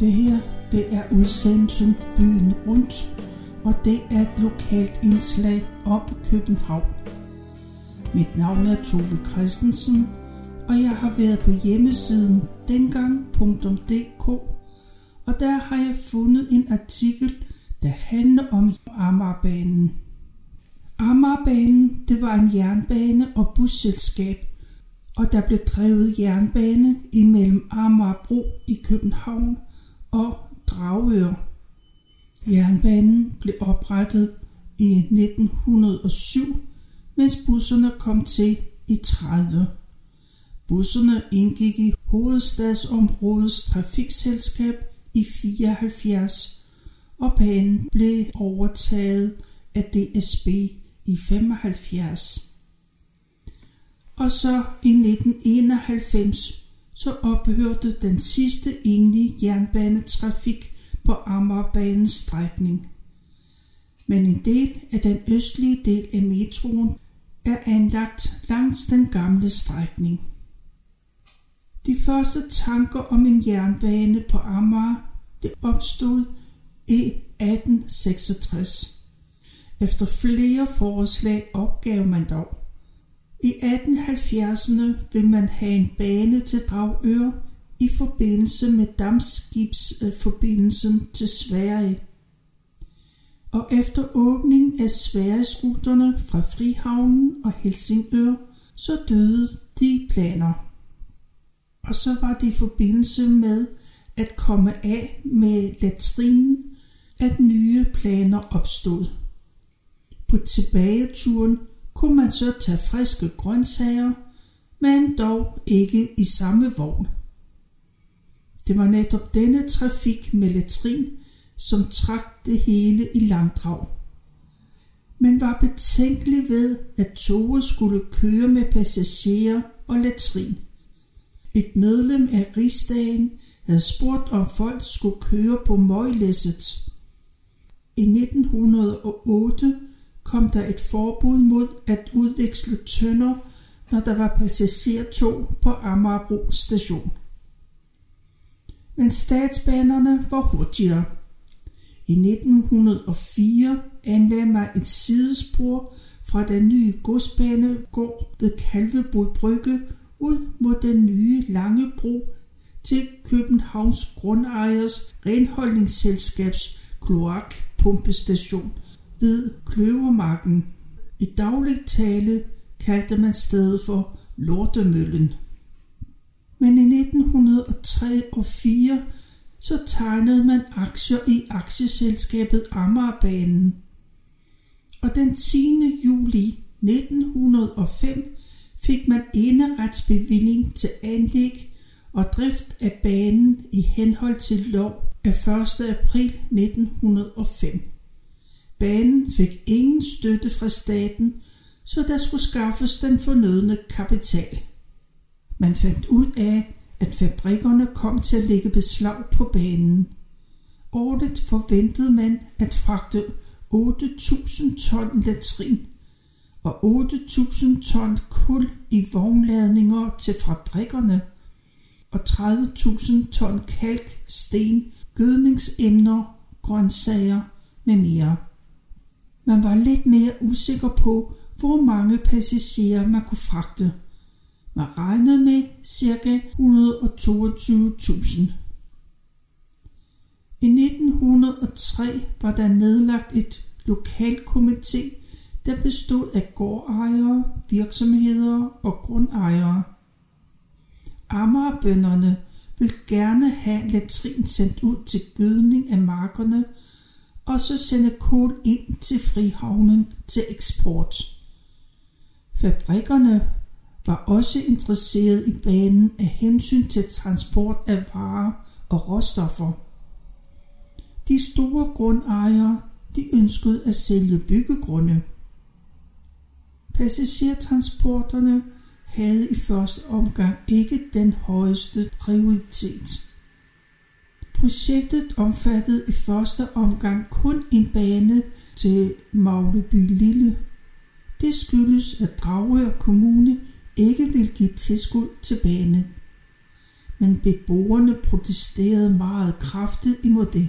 Det her, det er udsendelsen Byen Rundt, og det er et lokalt indslag om København. Mit navn er Tove Christensen, og jeg har været på hjemmesiden dengang.dk, og der har jeg fundet en artikel, der handler om Amagerbanen. Amagerbanen, det var en jernbane- og busselskab, og der blev drevet jernbane imellem Amagerbro i København og Dragør. Jernbanen blev oprettet i 1907, mens busserne kom til i 30. Busserne indgik i Hovedstadsområdets Trafikselskab i 74, og banen blev overtaget af DSB i 75. Og så i 1991 så ophørte den sidste egentlige jernbanetrafik på Amagerbanens strækning. Men en del af den østlige del af metroen er anlagt langs den gamle strækning. De første tanker om en jernbane på Amager, det opstod i 1866. Efter flere forslag opgav man dog. I 1870'erne vil man have en bane til Dragør i forbindelse med dampskibsforbindelsen til Sverige. Og efter åbning af Sverigesruterne fra Frihavnen og Helsingør, så døde de planer. Og så var det i forbindelse med at komme af med latrinen, at nye planer opstod. På tilbageturen kunne man så tage friske grøntsager, men dog ikke i samme vogn. Det var netop denne trafik med latrin, som trak det hele i langdrag. Man var betænkelig ved, at toget skulle køre med passagerer og latrin. Et medlem af Rigsdagen havde spurgt, om folk skulle køre på møglæsset. I 1908 kom der et forbud mod at udveksle tønder, når der var passagertog på Amagerbro station. Men statsbanerne var hurtigere. I 1904 anlagde man et sidespor fra den nye godsbanegård ved Kalvebod Brygge ud mod den nye lange bro til Københavns Grundejers Renholdningsselskabs kloakpumpestation ved Kløvermarken. I dagligt tale kaldte man stedet for Lortemøllen. Men i 1903 og 4 så tegnede man aktier i aktieselskabet Amagerbanen. Og den 10. juli 1905 fik man eneretsbevilling til anlæg og drift af banen i henhold til lov af 1. april 1905. Banen fik ingen støtte fra staten, så der skulle skaffes den fornødne kapital. Man fandt ud af, at fabrikkerne kom til at lægge beslag på banen. Årligt forventede man at fragte 8.000 ton latrin og 8.000 ton kul i vognladninger til fabrikkerne og 30.000 ton kalk, sten, gødningsemner, grøntsager med mere. Man var lidt mere usikker på, hvor mange passagerer man kunne fragte. Man regnede med ca. 122.000. I 1903 var der nedlagt et lokalkomité, der bestod af gårdejere, virksomheder og grundejere. Amagerbønderne ville gerne have latrin sendt ud til gødning af markerne, og så sende kul ind til Frihavnen til eksport. Fabrikkerne var også interesseret i banen af hensyn til transport af varer og råstoffer. De store grundejere, de ønskede at sælge byggegrunde. Passagertransporterne havde i første omgang ikke den højeste prioritet. Projektet omfattede i første omgang kun en bane til Magleby Lille. Det skyldes, at Dragør Kommune ikke vil give tilskud til banen. men beboerne protesterede meget kraftigt imod det.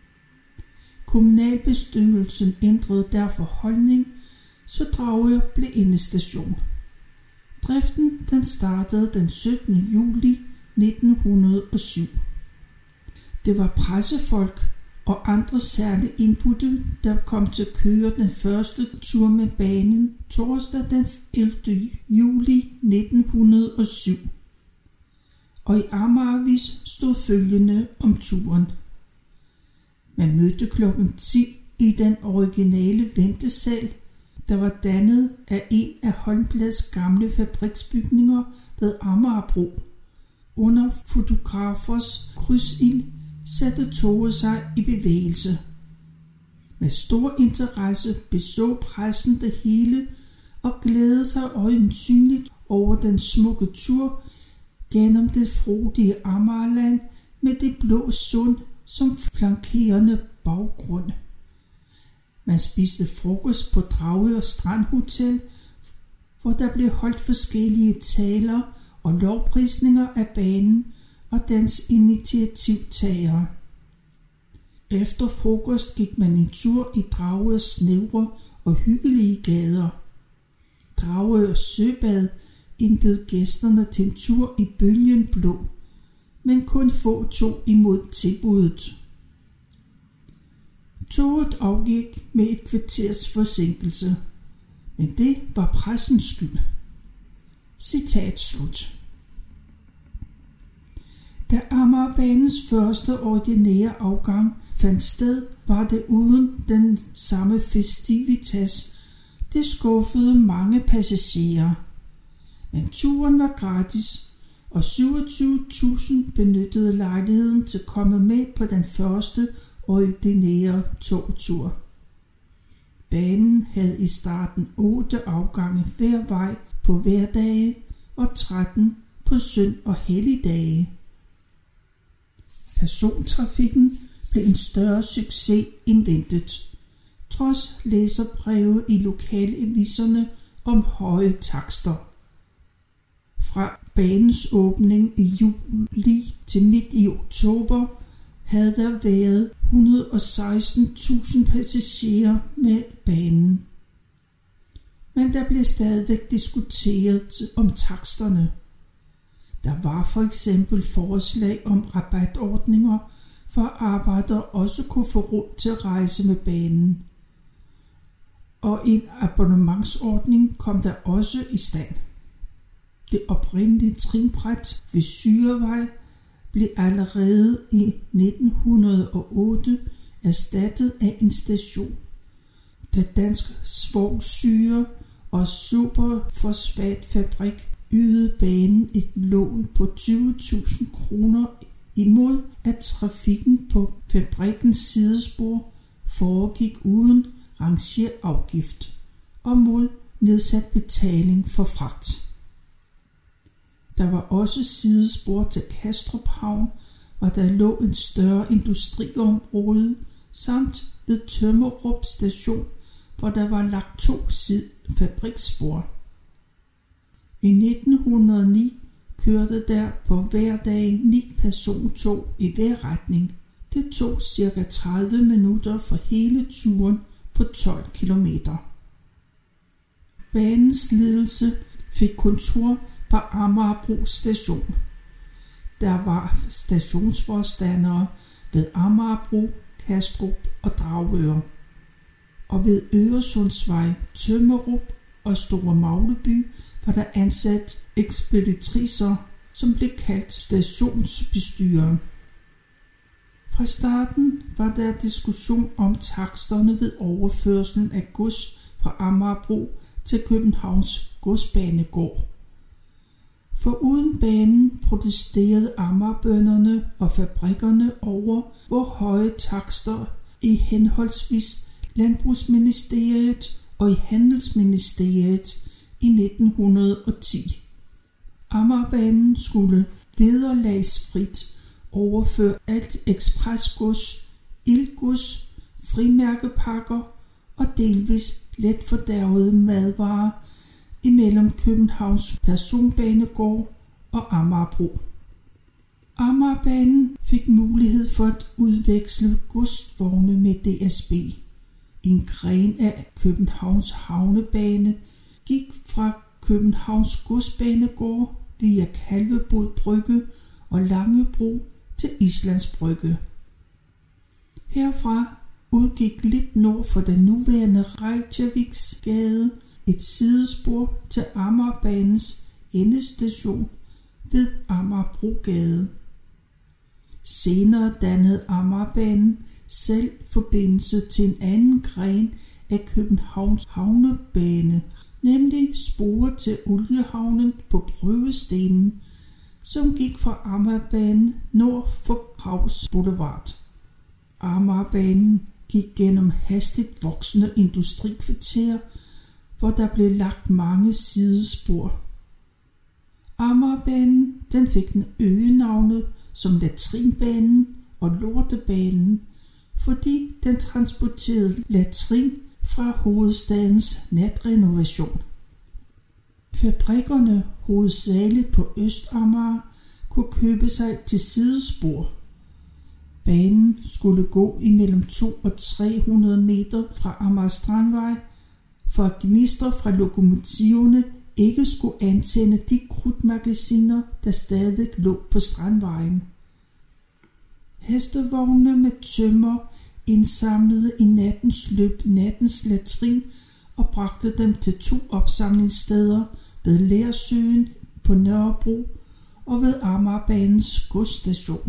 Kommunalbestyrelsen ændrede derfor holdning, så Dragør blev endestation. Driften den startede den 17. juli 1907. Det var pressefolk og andre særligt indbudte, der kom til at køre den første tur med banen torsdag den 11. juli 1907. Og i Amager Avis stod følgende om turen. Man mødte klokken 10 i den originale ventesal, der var dannet af en af Holmblads gamle fabriksbygninger ved Amagerbro. Under fotografers krydsild satte toget sig i bevægelse. Med stor interesse beså pressen det hele og glædede sig øjensynligt over den smukke tur gennem det frodige Amagerland med det blå sund som flankerende baggrund. Man spiste frokost på Dragør Strandhotel, hvor der blev holdt forskellige taler og lovprisninger af banen og dens initiativtagere. Efter frokost gik man en tur i Dragørs snævre og hyggelige gader. Dragør Søbad indbød gæsterne til en tur i bølgen blå, men kun få tog imod tilbuddet. Toget afgik med et kvarters forsinkelse, men det var pressens skyld. Citat slut. Da Amagerbanens første ordinære afgang fandt sted, var det uden den samme festivitas. Det skuffede mange passagerer. Men turen var gratis, og 27.000 benyttede lejligheden til at komme med på den første ordinære togtur. Banen havde i starten 8 afgange hver vej på hverdage og 13 på søn- og helligdage. Persontrafikken blev en større succes end ventet, trods læserbreve i lokalaviserne om høje takster. Fra banens åbning i juli til midt i oktober havde der været 116.000 passagerer med banen. Men der blev stadigvæk diskuteret om taksterne. Der var for eksempel forslag om rabatordninger, for at arbejdere også kunne få råd til at rejse med banen. Og en abonnementsordning kom der også i stand. Det oprindelige trinbræt ved Syrevej blev allerede i 1908 erstattet af en station, da Dansk Svovlsyre og Superfosfatfabrik ydede banen et lån på 20.000 kroner imod at trafikken på fabrikkens sidespor foregik uden rangerafgift og mod nedsat betaling for fragt. Der var også sidespor til Kastrup Havn, hvor der lå en større industriområde, samt ved Tømmerup station, hvor der var lagt 2 fabriksspor. I 1909 kørte der på hver dag 9 persontog i hver retning. Det tog ca. 30 minutter for hele turen på 12 kilometer. Banens ledelse fik kontor på Amagerbro station. Der var stationsforstandere ved Amagerbro, Kastrup og Dragør. Og ved Øresundsvej, Tømmerup og Store Magleby var der ansat ekspeditricer, som blev kaldt stationsbestyrere. Fra starten var der diskussion om taksterne ved overførslen af gods fra Amagerbro til Københavns Godsbanegård. For uden banen protesterede Amagerbønderne og fabrikkerne over, hvor høje takster i henholdsvis Landbrugsministeriet og i Handelsministeriet i 1910. Amagerbanen skulle vederlagsfrit overføre alt ekspresgods, ildgods, frimærkepakker og delvis let fordærvede madvarer imellem Københavns Personbanegård og Amagerbro. Amagerbanen fik mulighed for at udveksle godsvogne med DSB. En gren af Københavns Havnebane gik fra Københavns Godsbanegård via Kalvebod Brygge og Langebro til Islands Brygge. Herfra udgik lidt nord for den nuværende Reykjaviksgade et sidespor til Amagerbanens endestation ved Amagerbrogade. Senere dannede Amagerbanen selv forbindelse til en anden gren af Københavns Havnebane, nemlig sporet til oliehavnen på Prøvestenen, som gik fra Amagerbanen nord for Prags Boulevard. Amagerbanen gik gennem hastigt voksende industrikvarterer, hvor der blev lagt mange sidespor. Amagerbanen den fik den øgenavnet som Latrinbanen og Lortebanen, fordi den transporterede latrin fra hovedstadens natrenovation. Fabrikkerne hovedsageligt på Østamager kunne købe sig til sidespor. Banen skulle gå imellem 200 og 300 meter fra Amager Strandvej, for at gnister fra lokomotiverne ikke skulle antænde de krudtmagasiner, der stadig lå på Strandvejen. Hestevogne med tømmer indsamlede i nattens løb nattens latrin og bragte dem til 2 opsamlingssteder ved Lersøen på Nørrebro og ved Amagerbanens godsstation.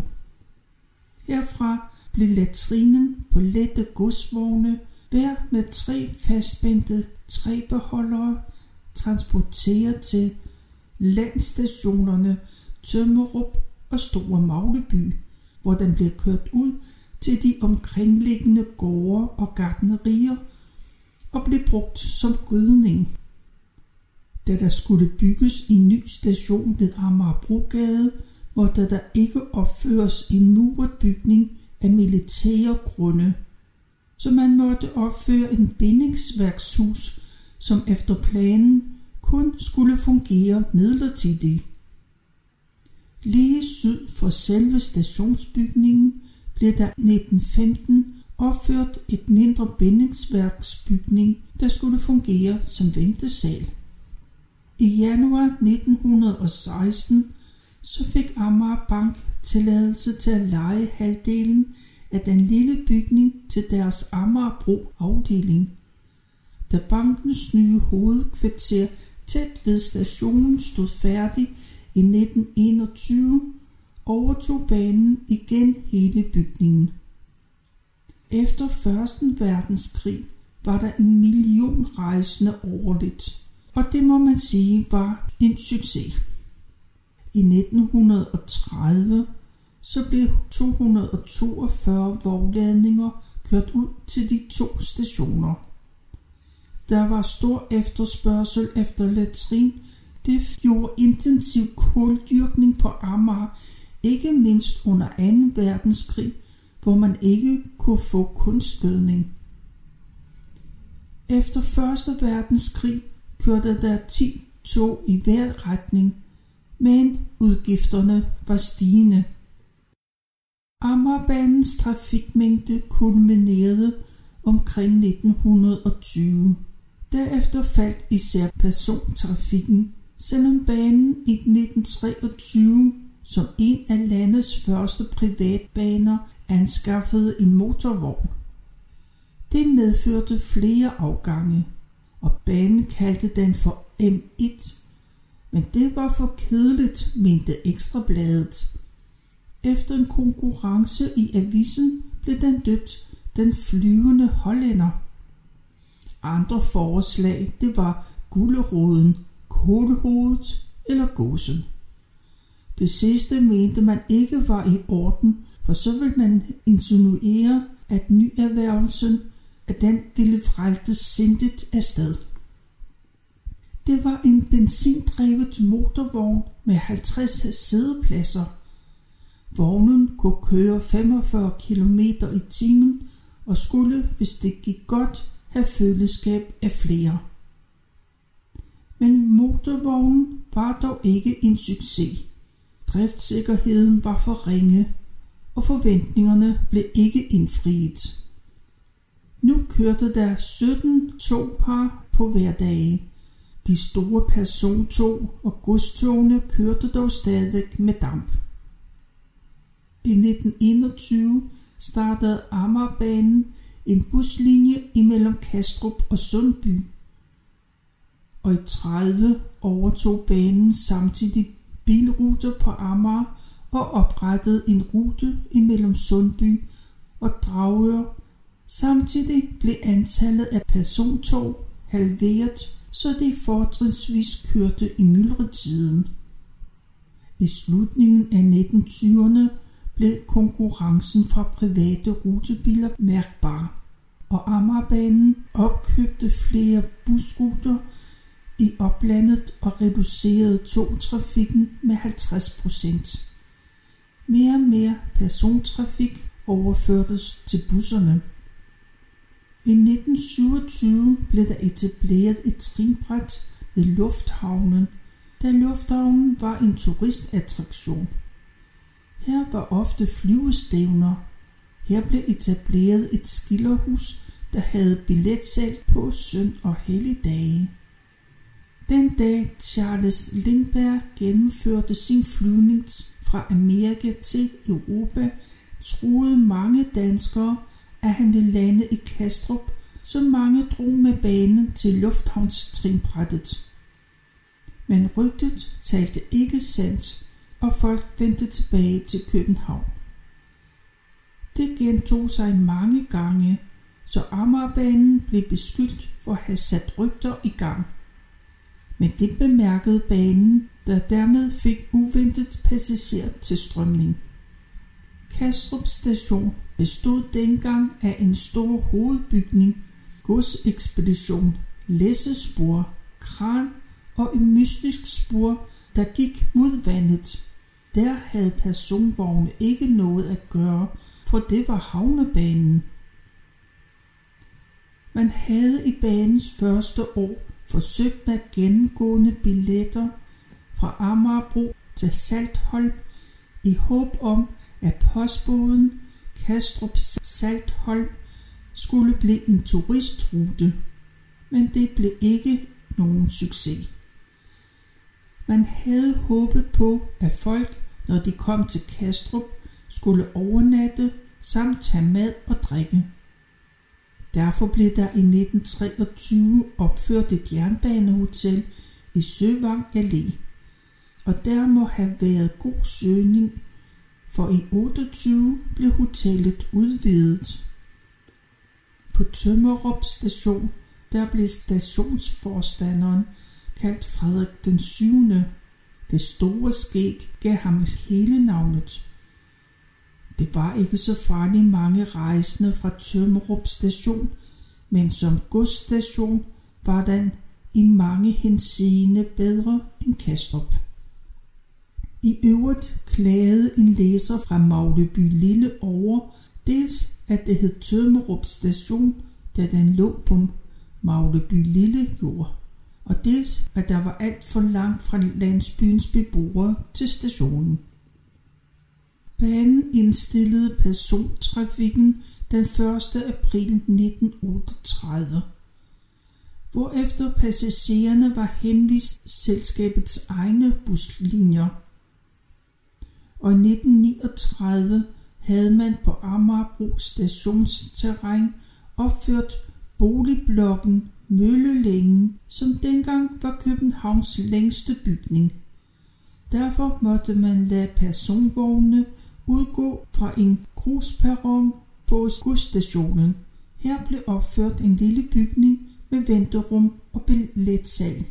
Herfra blev latrinen på lette godsvogne hver med 3 fastspændte træbeholdere transporteret til landstationerne Tømmerup og Store Magleby, hvor den blev kørt ud til de omkringliggende gårde og gartnerier og blev brugt som gødning. Da der skulle bygges en ny station ved Amagerbrogade, måtte der ikke opføres en muret bygning af militære grunde, så man måtte opføre en bindingsværkshus, som efter planen kun skulle fungere midlertidigt. Lige syd for selve stationsbygningen blev der 1915 opført et mindre bindingsværksbygning, der skulle fungere som ventesal. I januar 1916 så fik Amager Bank tilladelse til at leje halvdelen af den lille bygning til deres Amagerbro afdeling. Da bankens nye hovedkvarter tæt ved stationen stod færdig i 1921, overtog banen igen hele bygningen. Efter 1. verdenskrig var der 1 million rejsende årligt, og det må man sige var en succes. I 1930 så blev 242 vognladninger kørt ud til de 2 stationer. Der var stor efterspørgsel efter latrin. Det gjorde intensiv kuldyrkning på Amager, ikke mindst under 2. verdenskrig, hvor man ikke kunne få kunstgødning. Efter 1. verdenskrig kørte der 10 tog i hver retning, men udgifterne var stigende. Amagerbanens trafikmængde kulminerede omkring 1920. Derefter faldt især persontrafikken, selvom banen i 1923 som en af landets første privatbaner anskaffede en motorvogn. Det medførte flere afgange, og banen kaldte den for M1, men det var for kedeligt, mente Ekstrabladet. Efter en konkurrence i avisen blev den døbt Den flyvende hollænder. Andre forslag, det var Guleroden, Kålhovedet eller Gåsen. Det sidste mente man ikke var i orden, for så ville man insinuere, at nyerhvervelsen at den ville fræltes sindigt afsted. Det var en benzindrevet motorvogn med 50 sædepladser. Vognen kunne køre 45 km i timen og skulle, hvis det gik godt, have følgeskab af flere. Men motorvognen var dog ikke en succes. Driftssikkerheden var for ringe, og forventningerne blev ikke indfriet. Nu kørte der 17 togpar på hverdage. De store persontog og godstogene kørte dog stadig med damp. I 1921 startede Amagerbanen en buslinje imellem Kastrup og Sundby, og i 30 overtog banen samtidig bilruter på Amager og oprettede en rute imellem Sundby og Dragør. Samtidig blev antallet af persontog halveret, så de fortrinsvis kørte i myldretiden. I slutningen af 1920'erne blev konkurrencen fra private rutebiler mærkbar, og Amagerbanen opkøbte flere busruter i oplandet og reducerede togtrafikken med 50%. Mere og mere persontrafik overførtes til busserne. I 1927 blev der etableret et trinbræt ved lufthavnen, da lufthavnen var en turistattraktion. Her var ofte flyvestævner. Her blev etableret et skilderhus, der havde billetsalg på søn- og helligdage. Den dag Charles Lindbergh gennemførte sin flyvning fra Amerika til Europa, troede mange danskere, at han ville lande i Kastrup, så mange drog med banen til lufthavnstrinbrættet. Men rygtet talte ikke sandt, og folk vendte tilbage til København. Det gentog sig mange gange, så Amagerbanen blev beskyldt for at have sat rygter i gang. Men det bemærkede banen, der dermed fik uventet passagertilstrømning. Kastrup station bestod dengang af en stor hovedbygning, godsekspedition, læssespor, kran og et mystisk spor, der gik mod vandet. Der havde personvogne ikke noget at gøre, for det var havnebanen. Man havde i banens første år forsøgt med gennemgående billetter fra Amagerbro til Saltholm i håb om, at postbåden Kastrup Saltholm skulle blive en turistrute, men det blev ikke nogen succes. Man havde håbet på, at folk, når de kom til Kastrup, skulle overnatte samt tage mad og drikke. Derfor blev der i 1923 opført et jernbanehotel i Søvang Allé, og der må have været god søgning, for i 28 blev hotellet udvidet. På Tømmerup station, der blev stationsforstanderen kaldt Frederik den 7. Det store skæg gav ham hele navnet. Det var ikke så farligt mange rejsende fra Tømmerup station, men som godsstation var den i mange henseende bedre end Kastrup. I øvrigt klagede en læser fra Magleby Lille over, dels at det hed Tømmerup station, da den lå på Magleby Lille jord, og dels at der var alt for langt fra landsbyens beboere til stationen. Banen indstillede persontrafikken den 1. april 1938, hvorefter passagererne var henvist selskabets egne buslinjer. Og i 1939 havde man på Amagerbro stationsterræn opført boligblokken Møllelængen, som dengang var Københavns længste bygning. Derfor måtte man lade personvognene udgå fra en grusperron på godsstationen. Her blev opført en lille bygning med venterum og billetsalg.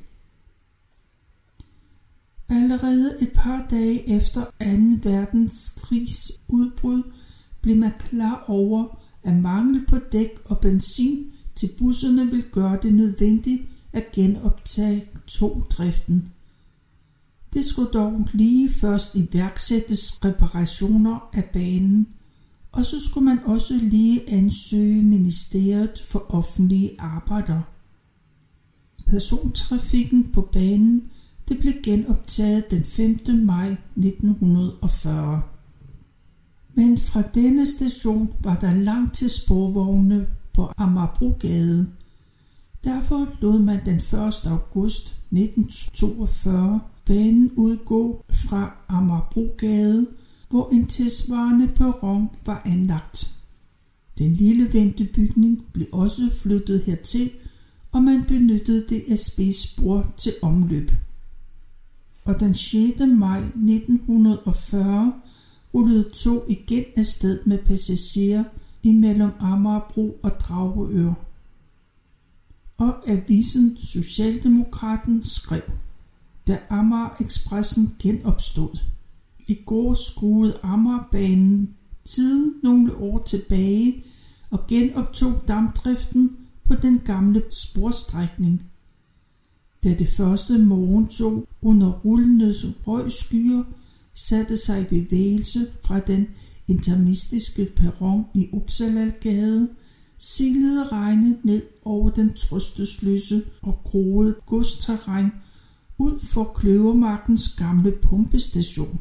Allerede et par dage efter 2. verdenskrigs udbrud blev man klar over, at mangel på dæk og benzin til busserne ville gøre det nødvendigt at genoptage togdriften. Det skulle dog lige først iværksættes reparationer af banen, og så skulle man også lige ansøge Ministeriet for Offentlige Arbejder. Persontrafikken på banen Det blev genoptaget den 5. maj 1940. Men fra denne station var der langt til sporvogne på Amagerbrogade. Derfor lod man den 1. august 1942 banen udgå fra Amagerbrogade, hvor en tilsvarende perron var anlagt. Den lille ventebygning blev også flyttet hertil, og man benyttede DSB's spor til omløb. Og den 6. maj 1940 rullede tog igen afsted med passagerer imellem Amagerbro og Dragør. Og avisen Socialdemokraten skrev, da Amager-ekspressen genopstod: I går skruede Amagerbanen tiden nogle år tilbage og genoptog dampdriften på den gamle sporstrækning. Da det første morgentog under rullende røgskyer satte sig i bevægelse fra den interimistiske perron i Uppsalagade, silede regnet ned over den trøstesløse og groede godsterræn ud for Kløvermarkens gamle pumpestation.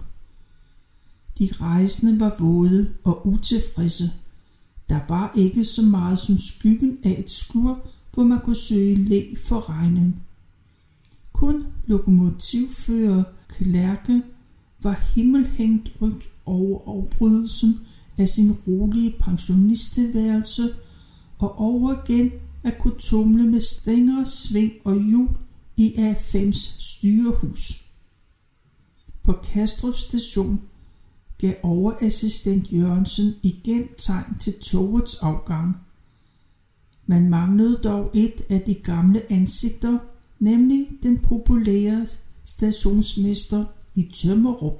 De rejsende var våde og utilfredse. Der var ikke så meget som skyggen af et skur, hvor man kunne søge læ for regnen. Kun lokomotivfører Klærke var himmelhængt rygt over afbrydelsen af sin rolige pensionisteværelse og over igen at kunne tumle med stænger, sving og hjul i A5's styrehus. På Kastrup station gav overassistent Jørgensen igen tegn til togets afgang. Man manglede dog et af de gamle ansigter, nemlig den populære stationsmester i Tømmerup.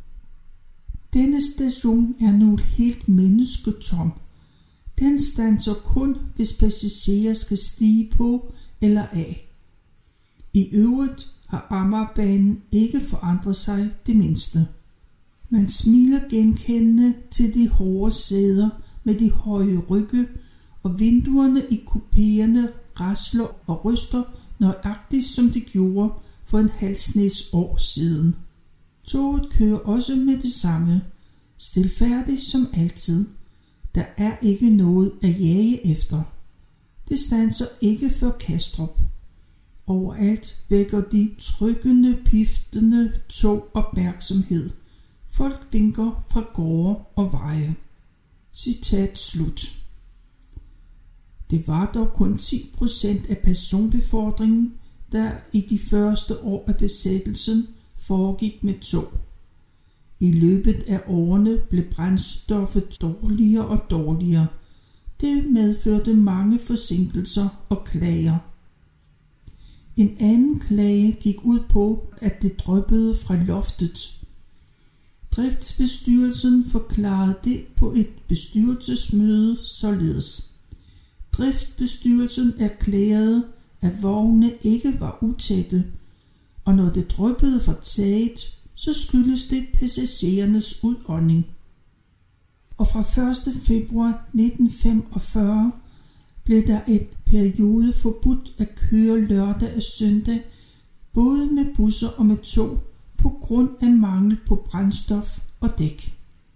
Denne station er nu helt mennesketom. Den standser kun, hvis passagerer skal stige på eller af. I øvrigt har Amagerbanen ikke forandret sig det mindste. Man smiler genkendende til de hårde sæder med de høje rygge, og vinduerne i kupéerne rasler og ryster nøjagtigt som de gjorde for en halv snes år siden. Toget kører også med det samme, stilfærdigt som altid. Der er ikke noget at jage efter. Det standser ikke før Kastrup. Overalt vækker de trykkende, piftende tog opmærksomhed. Folk vinker fra gårde og veje. Citat slut. Det var dog kun 10% af personbefordringen, der i de første år af besættelsen foregik med tog. I løbet af årene blev brændstoffet dårligere og dårligere. Det medførte mange forsinkelser og klager. En anden klage gik ud på, at det dryppede fra loftet. Driftsbestyrelsen forklarede det på et bestyrelsesmøde således. Driftsbestyrelsen erklærede, at vognene ikke var utætte, og når det dryppede fra taget, så skyldes det passagerernes udånding. Og fra 1. februar 1945 blev der et periode forbudt at køre lørdag og søndag, både med busser og med tog, på grund af mangel på brændstof og dæk.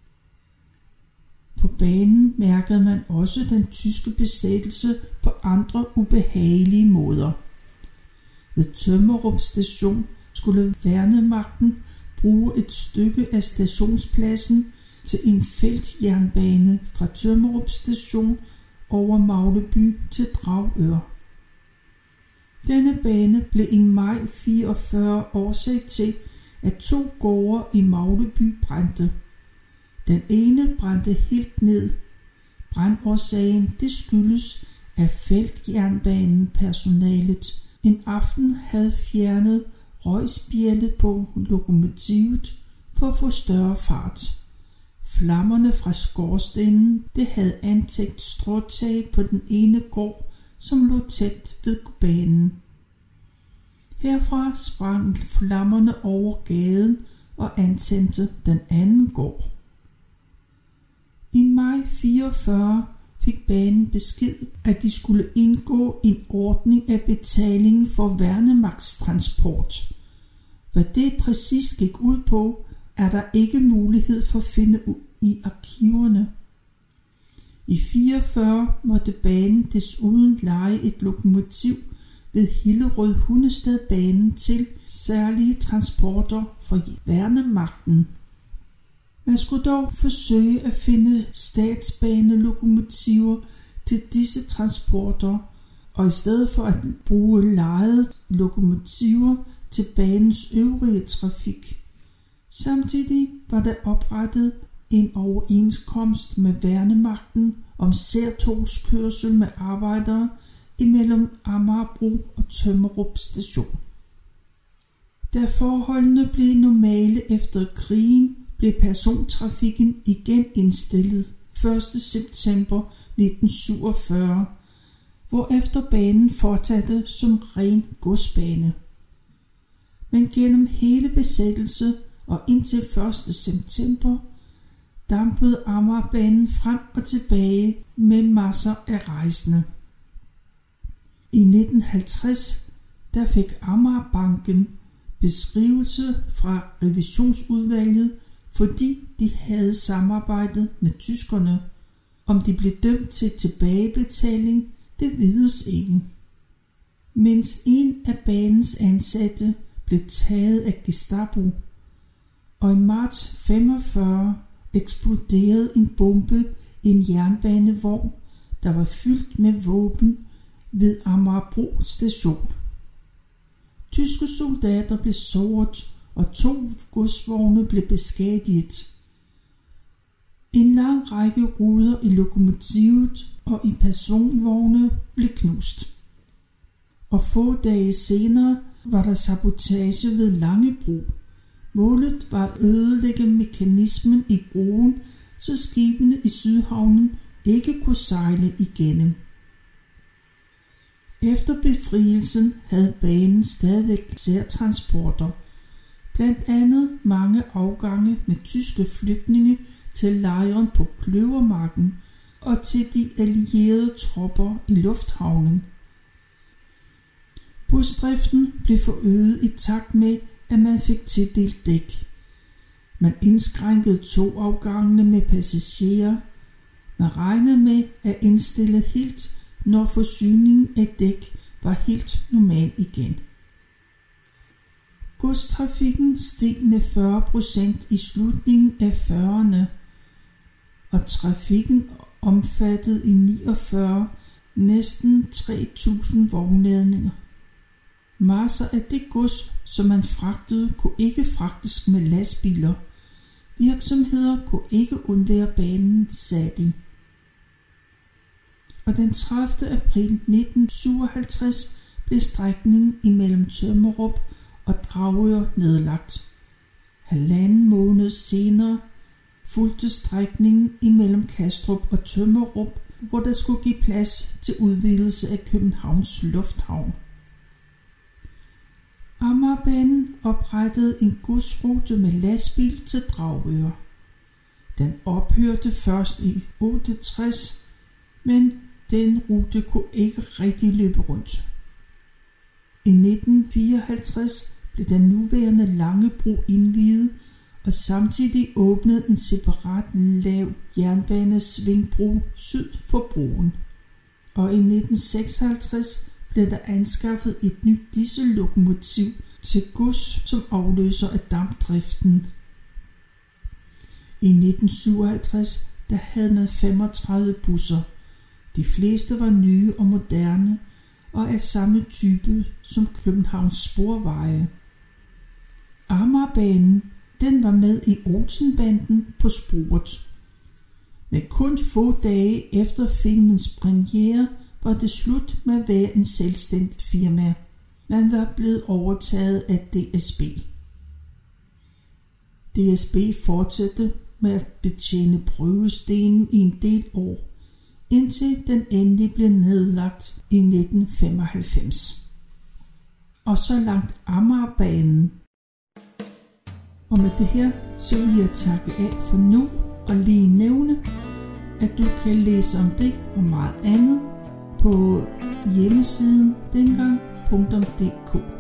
På banen mærkede man også den tyske besættelse på andre ubehagelige måder. Ved Tømmerup station skulle værnemagten bruge et stykke af stationspladsen til en feltjernbane fra Tømmerup station over Magleby til Dragør. Denne bane blev i maj 44 årsag til, at 2 gårde i Magleby brændte. Den ene brændte helt ned. Brandårsagen det skyldes, at feltjernbanen personalet en aften havde fjernet røgspjældet på lokomotivet for at få større fart. Flammerne fra skorstenen det havde antændt stråtaget på den ene gård, som lå tæt ved banen. Herfra sprang flammerne over gaden og antændte den anden gård. I maj 44 fik banen besked, at de skulle indgå en ordning af betalingen for værnemagtstransport, Hvad det præcis gik ud på, er der ikke mulighed for at finde ud i arkiverne. I 44 måtte banen desuden leje et lokomotiv ved Hillerød-Hundestedbanen til særlige transporter for værnemagten. Man skulle dog forsøge at finde statsbanelokomotiver til disse transporter, og i stedet for at bruge lejede lokomotiver til banens øvrige trafik. Samtidig var der oprettet en overenskomst med værnemagten om særtogskørsel med arbejdere imellem Amagerbro og Tømmerup station. Da forholdene blev normale efter krigen, blev persontrafikken igen indstillet 1. september 1947, hvorefter banen fortsatte som ren godsbane. Men gennem hele besættelse og indtil 1. september dampede Amagerbanen frem og tilbage med masser af rejsende. I 1950 der fik Amagerbanken beskrivelse fra revisionsudvalget, fordi de havde samarbejdet med tyskerne. Om de blev dømt til tilbagebetaling, det vides ikke. Mens en af banens ansatte blev taget af Gestapo, og i marts 45 eksploderede en bombe i en jernbanevogn, der var fyldt med våben ved Amagerbro station. Tyske soldater blev såret, og 2 godsvogne blev beskadiget. En lang række ruder i lokomotivet og i personvogne blev knust. Og få dage senere var der sabotage ved Langebro. Målet var at ødelægge mekanismen i broen, så skibene i Sydhavnen ikke kunne sejle igennem. Efter befrielsen havde banen stadigvæk særtransporter, blandt andet mange afgange med tyske flygtninge til lejren på Kløvermarken og til de allierede tropper i lufthavnen. Busdriften blev forøget i takt med, at man fik tildelt dæk. Man indskrænkede togafgangene med passagerer. Man regnede med at indstille helt, når forsyningen af dæk var helt normal igen. Godstrafikken steg med 40% i slutningen af 40'erne, og trafikken omfattede i 49 næsten 3.000 vognladninger. Masser af det gods, som man fragtede, kunne ikke fragtes med lastbiler. Virksomheder kunne ikke undvære banen, sagde de. Og den 30. april 1957 blev strækningen imellem Tømmerup og Dragør nedlagt. 1,5 måned senere fulgte strækningen imellem Kastrup og Tømmerup, hvor der skulle give plads til udvidelse af Københavns Lufthavn. Amagerbanen oprettede en godsrute med lastbil til Dragør. Den ophørte først i 68, men den rute kunne ikke rigtig løbe rundt. I 1954 blev den nuværende Langebro indviet, og samtidig åbnede en separat lav jernbanesvingbro syd for broen. Og i 1956 blev der anskaffet et nyt diesellokomotiv til gods som afløser af dampdriften. I 1957 der havde man 35 busser. De fleste var nye og moderne og af samme type som Københavns Sporveje. Amagerbanen den var med i Olsenbanden på sporet. Men kun få dage efter filmens premiere var det slut med at være en selvstændigt firma. Man var blevet overtaget af DSB. DSB fortsatte med at betjene Prøvestenen i en del år, indtil den endelig blev nedlagt i 1995. Og så langt Amagerbanen. Og med det her, så vil jeg takke af for nu og lige nævne, at du kan læse om det og meget andet på hjemmesiden dengang.dk.